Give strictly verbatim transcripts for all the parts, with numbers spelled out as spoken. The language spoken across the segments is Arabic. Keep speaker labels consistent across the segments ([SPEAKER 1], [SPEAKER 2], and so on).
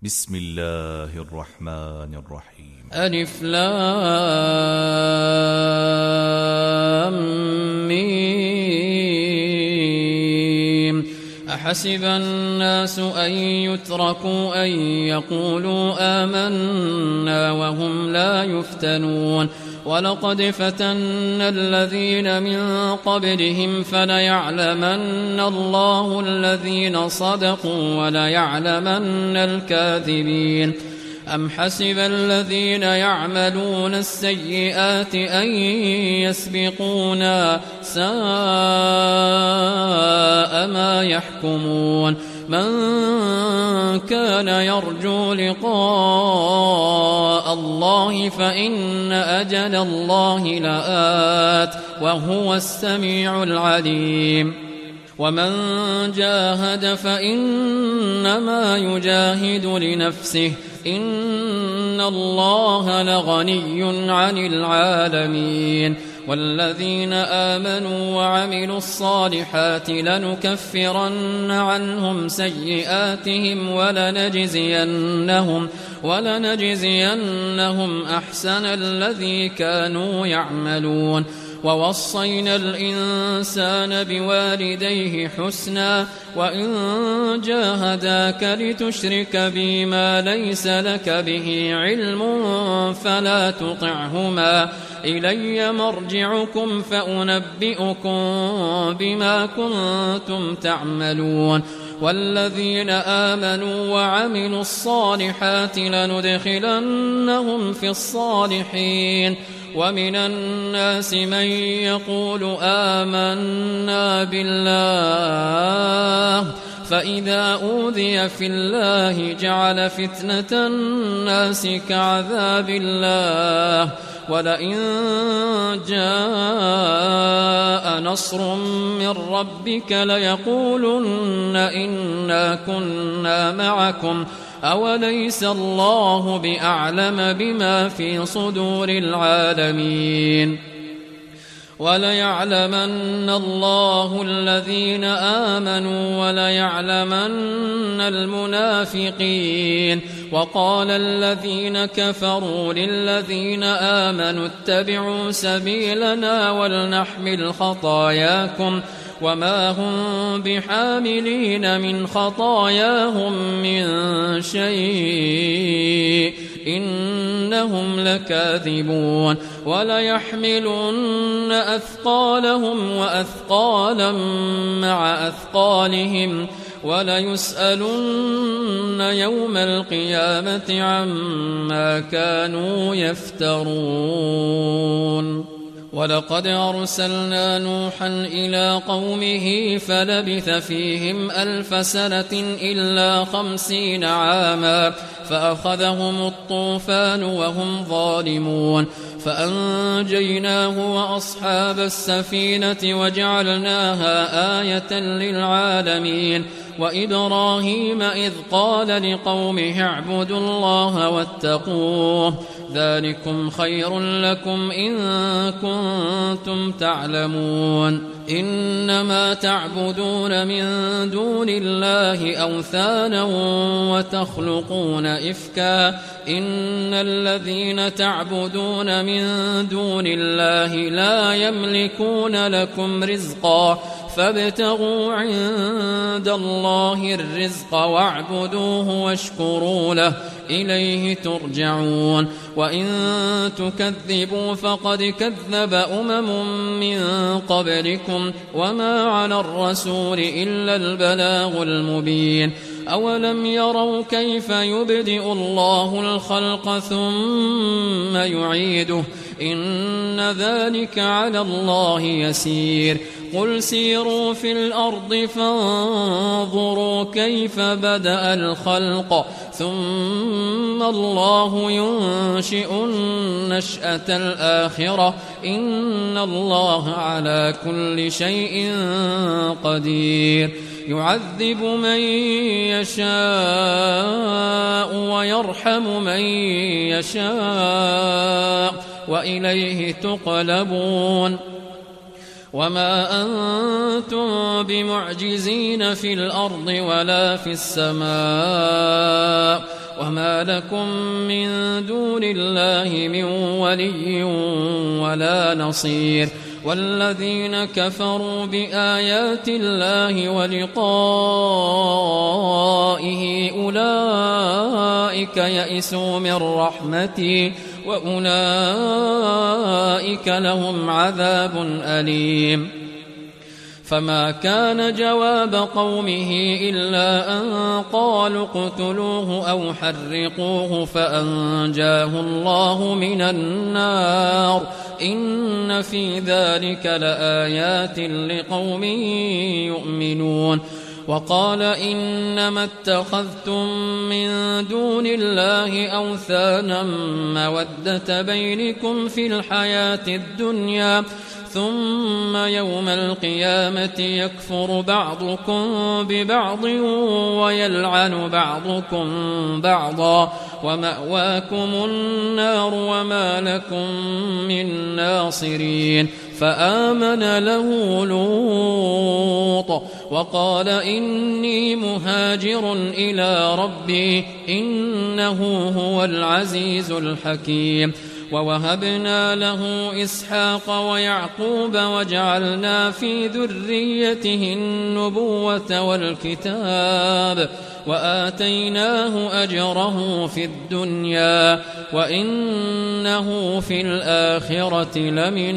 [SPEAKER 1] بسم الله الرحمن الرحيم.
[SPEAKER 2] ألف لام ميم. أحسب الناس أن يتركوا أن يقولوا آمنا وهم لا يفتنون ولقد فتنا الذين من قبلهم فليعلمن الله الذين صدقوا وليعلمن الكاذبين. أم حسب الذين يعملون السيئات أن يسبقونا ساء ما يحكمون. من كان يرجو لقاء الله فإن أجل الله لآت وهو السميع العليم. ومن جاهد فإنما يجاهد لنفسه إن الله لغني عن العالمين. والذين آمنوا وعملوا الصالحات لنكفرن عنهم سيئاتهم ولنجزينهم ولنجزينهم أحسن الذي كانوا يعملون. ووصينا الإنسان بوالديه حسنا وإن جاهداك لتشرك بي ما ليس لك به علم فلا تطعهما إلي مرجعكم فأنبئكم بما كنتم تعملون. والذين آمنوا وعملوا الصالحات لندخلنهم في الصالحين. ومن الناس من يقول آمنا بالله فإذا أوذي في الله جعل فتنة الناس كعذاب الله ولئن جاء نصر من ربك ليقولن إنا كنا معكم أوليس الله بأعلم بما في صدور العالمين. وليعلمن الله الذين آمنوا وليعلمن المنافقين. وقال الذين كفروا للذين آمنوا اتبعوا سبيلنا ولنحمل خطاياكم وما هم بحاملين من خطاياهم من شيء إنهم لكاذبون. وليحملن أثقالهم وأثقالا مع أثقالهم وليسألن يوم القيامة عما كانوا يفترون. ولقد أرسلنا نوحا إلى قومه فلبث فيهم ألف سنة إلا خمسين عاما فأخذهم الطوفان وهم ظالمون فأنجيناه وأصحاب السفينة وجعلناها آية للعالمين. وإبراهيم إذ قال لقومه اعبدوا الله واتقوه ذلكم خير لكم إن كنتم تعلمون. إنما تعبدون من دون الله أوثانا وتخلقون إفكا إن الذين تعبدون من دون الله لا يملكون لكم رزقا فابتغوا عند الله الرزق واعبدوه واشكروا له إليه ترجعون. وإن تكذبوا فقد كذب أمم من قبلكم وما على الرسول إلا البلاغ المبين. أولم يروا كيف يبدئ الله الخلق ثم يعيده إن ذلك على الله يسير. قل سيروا في الأرض فانظروا كيف بدأ الخلق ثم الله ينشئ النشأة الآخرة إن الله على كل شيء قدير. يعذب من يشاء ويرحم من يشاء وإليه تقلبون. وما أنتم بمعجزين في الأرض ولا في السماء وما لكم من دون الله من ولي ولا نصير والذين كفروا بآيات الله ولقائه أولئك يئسوا من رحمتي وأولئك لهم عذاب أليم فما كان جواب قومه إلا أن قالوا اقتلوه أو حرقوه فأنجاه الله من النار إن في ذلك لآيات لقوم يؤمنون وقال إنما اتخذتم من دون الله أوثانا مودة بينكم في الحياة الدنيا ثم يوم القيامة يكفر بعضكم ببعض ويلعن بعضكم بعضا ومأواكم النار وما لكم من ناصرين فآمن له لوط وقال إني مهاجر إلى ربي إنه هو العزيز الحكيم ووهبنا له إسحاق ويعقوب وجعلنا في ذريته النبوة والكتاب وآتيناه أجره في الدنيا وإنه في الآخرة لمن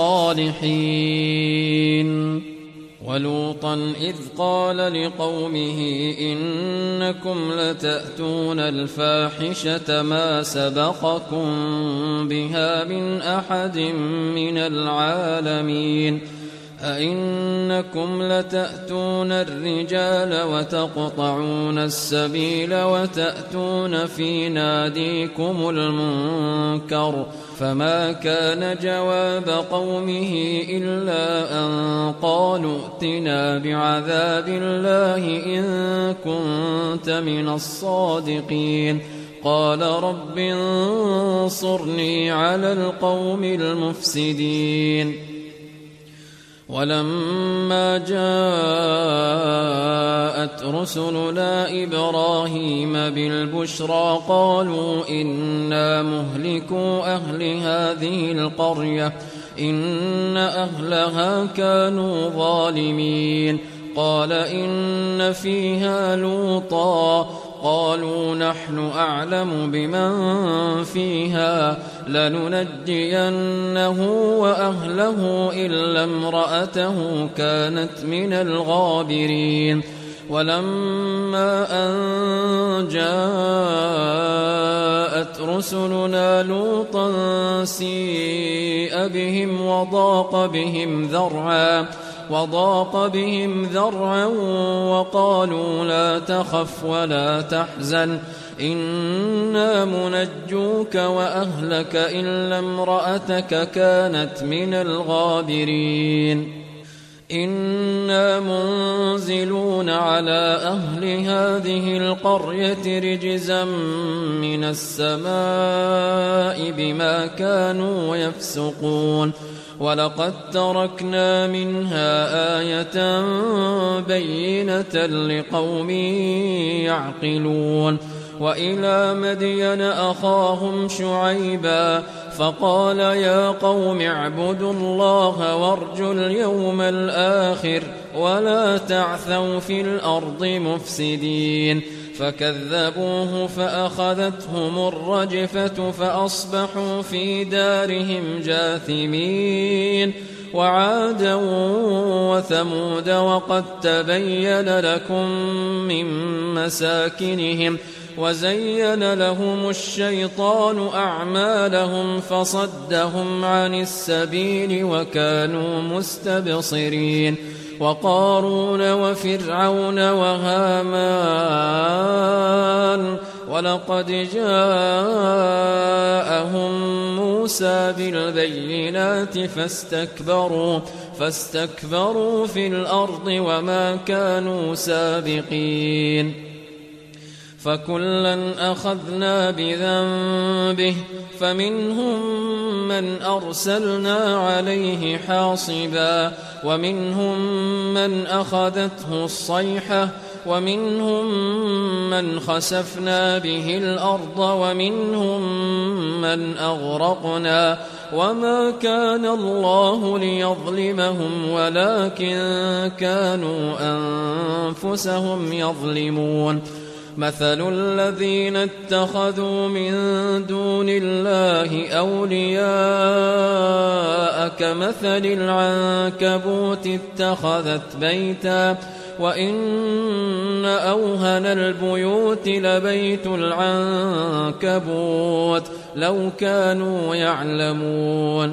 [SPEAKER 2] الصالحين ولوطا إذ قال لقومه إنكم لتأتون الفاحشة ما سبقكم بها من أحد من العالمين أئنكم لتأتون الرجال وتقطعون السبيل وتأتون في ناديكم المنكر فما كان جواب قومه إلا أن قالوا ائتنا بعذاب الله إن كنت من الصادقين قال رب انصرني على القوم المفسدين ولما جاءت رسلنا إبراهيم بالبشرى قالوا إنا مهلكو أهل هذه القرية إن أهلها كانوا ظالمين قال إن فيها لوطا قالوا نحن أعلم بمن فيها لننجينه وأهله إلا امرأته كانت من الغابرين ولما أن جاءت رسلنا لوطا سيء بهم وضاق بهم ذرعا وضاق بهم ذرعا وقالوا لا تخف ولا تحزن إنا منجوك وأهلك إلا امرأتك كانت من الغابرين إنا منزلون على أهل هذه القرية رجزا من السماء بما كانوا يفسقون ولقد تركنا منها آية بينة لقوم يعقلون وإلى مدين أخاهم شعيبا فقال يا قوم اعبدوا الله وارجوا اليوم الآخر ولا تعثوا في الأرض مفسدين فكذبوه فأخذتهم الرجفة فأصبحوا في دارهم جاثمين وعادا وثمود وقد تبين لكم من مساكنهم وزين لهم الشيطان أعمالهم فصدهم عن السبيل وكانوا مستبصرين وقارون وفرعون وهامان ولقد جاءهم موسى بالبينات فاستكبروا فاستكبروا في الأرض وما كانوا سابقين فكلا أخذنا بذنبه فمنهم من أرسلنا عليه حاصبا ومنهم من أخذته الصيحة ومنهم من خسفنا به الأرض ومنهم من أغرقنا وما كان الله ليظلمهم ولكن كانوا أنفسهم يظلمون مثل الذين اتخذوا من دون الله أولياء كمثل العنكبوت اتخذت بيتا وإن أوهن البيوت لبيت العنكبوت لو كانوا يعلمون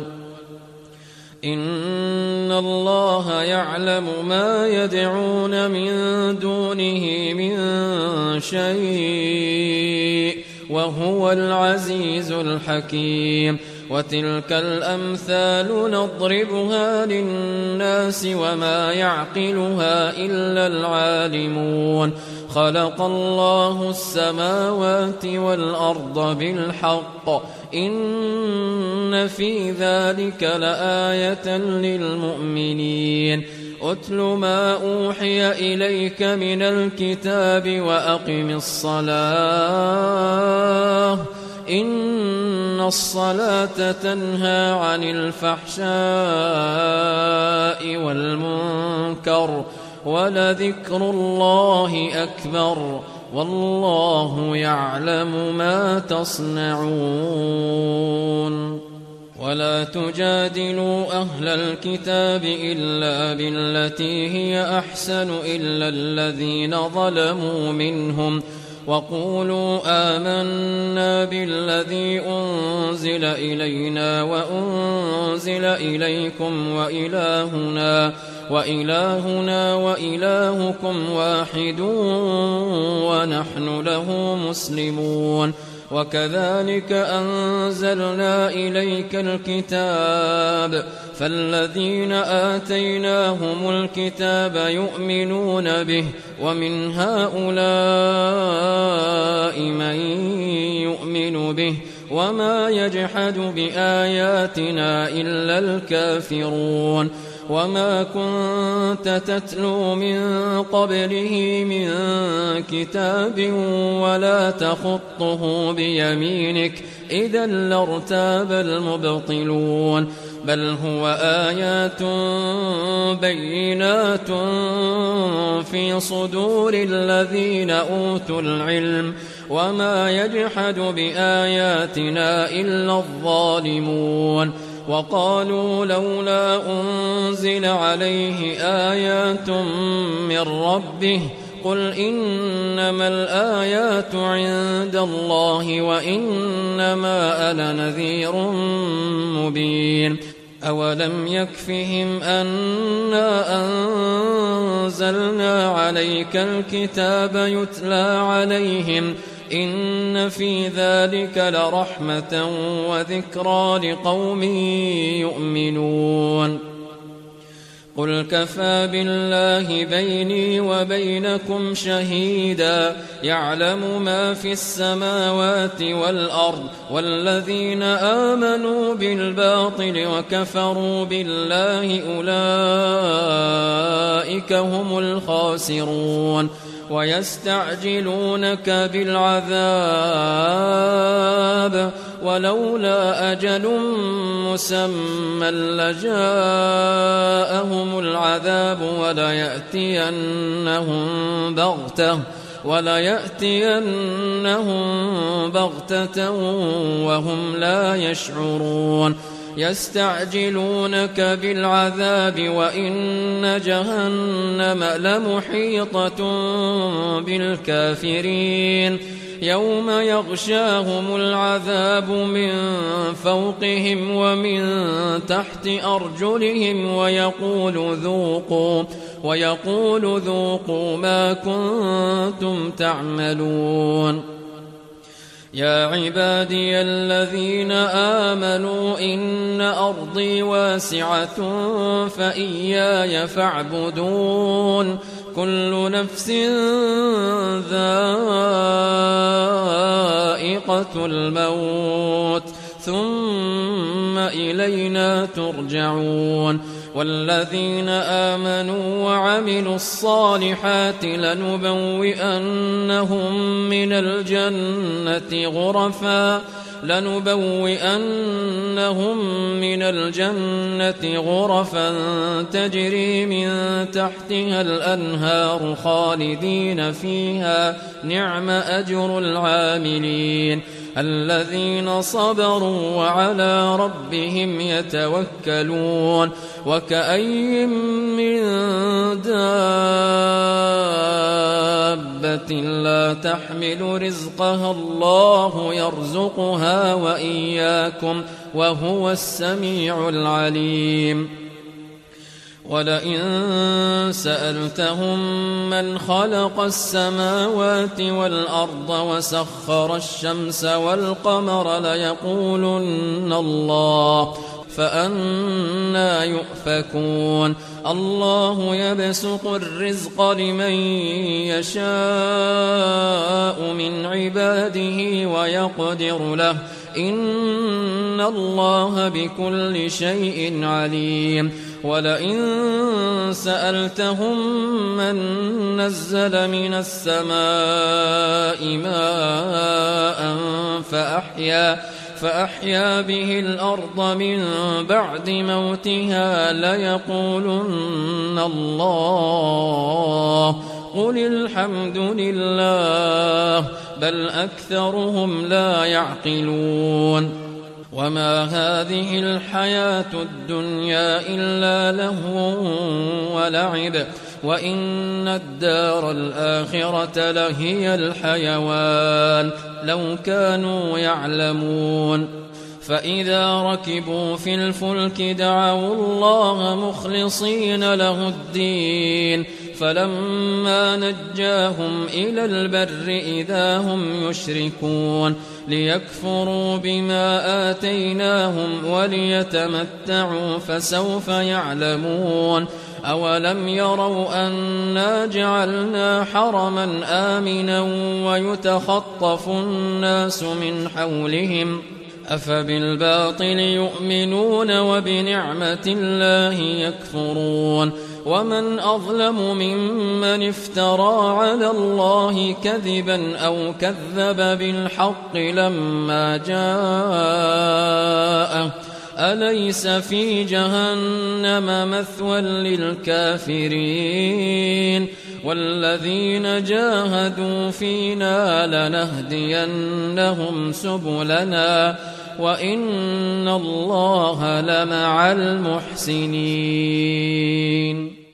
[SPEAKER 2] إن الله يعلم ما يدعون من دونه من شيء وهو العزيز الحكيم وتلك الأمثال نضربها للناس وما يعقلها إلا العالمون خلق الله السماوات والأرض بالحق إن في ذلك لآية للمؤمنين أتل ما أوحي إليك من الكتاب وأقم الصلاة إن الصلاة تنهى عن الفحشاء والمنكر ولذكر الله أكبر والله يعلم ما تصنعون ولا تجادلوا أهل الكتاب إلا بالتي هي أحسن إلا الذين ظلموا منهم وقولوا آمنا بالذي أنزل إلينا وأنزل إليكم وإلهنا وإلهنا وإلهكم واحد ونحن له مسلمون وكذلك أنزلنا إليك الكتاب فالذين آتيناهم الكتاب يؤمنون به ومن هؤلاء من يؤمن به وما يجحد بآياتنا إلا الكافرون وما كنت تتلو من قبله من كتاب ولا تخطه بيمينك إذا لارتاب المبطلون بل هو آيات بينات في صدور الذين أوتوا العلم وما يجحد بآياتنا إلا الظالمون وقالوا لولا أنزل عليه آيات من ربه قل إنما الآيات عند الله وإنما أنا نذير مبين أولم يكفهم أنا أنزلنا عليك الكتاب يتلى عليهم إن في ذلك لرحمة وذكرى لقوم يؤمنون قل كفى بالله بيني وبينكم شهيدا يعلم ما في السماوات والأرض والذين آمنوا بالباطل وكفروا بالله أولئك هم الخاسرون ويستعجلونك بالعذاب ولولا أجل مسمى لجاءهم العذاب وليأتينهم بغتة وليأتينهم بغتة وهم لا يشعرون يستعجلونك بالعذاب وإن جهنم لمحيطة بالكافرين يوم يغشاهم العذاب من فوقهم ومن تحت أرجلهم ويقول ذوقوا ويقول ذوقوا ما كنتم تعملون يا عبادي الذين آمنوا إن أرضي واسعة فإياي فاعبدون كل نفس ذائقة الموت ثم إلينا ترجعون والذين آمنوا وعملوا الصالحات لنبوئنهم من الجنة غرفا لنبوئنهم من الجنة غرفا تجري من تحتها الأنهار خالدين فيها نعم أجر العاملين الذين صبروا وعلى ربهم يتوكلون وكأي من دابة لا تحمل رزقها الله يرزقها وإياكم وهو السميع العليم ولئن سألتهم من خلق السماوات والأرض وسخر الشمس والقمر ليقولن الله فأنى يؤفكون الله يبسط الرزق لمن يشاء من عباده ويقدر له إن الله بكل شيء عليم ولئن سألتهم من نزل من السماء ماء فأحيا فأحيا به الأرض من بعد موتها ليقولن الله قل الحمد لله بل أكثرهم لا يعقلون وما هذه الحياة الدنيا إلا لهو ولعب وإن الدار الآخرة لهي الحيوان لو كانوا يعلمون فإذا ركبوا في الفلك دعوا الله مخلصين له الدين فلما نجاهم إلى البر إذا هم يشركون ليكفروا بما آتيناهم وليتمتعوا فسوف يعلمون أولم يروا أنا جعلنا حرما آمنا ويتخطف الناس من حولهم أفبالباطل يؤمنون وبنعمة الله يكفرون ومن أظلم ممن افترى على الله كذبا أو كذب بالحق لما جاءه أليس في جهنم مثوى للكافرين والذين جاهدوا فينا لنهدينهم سبلنا وإن الله لمع المحسنين.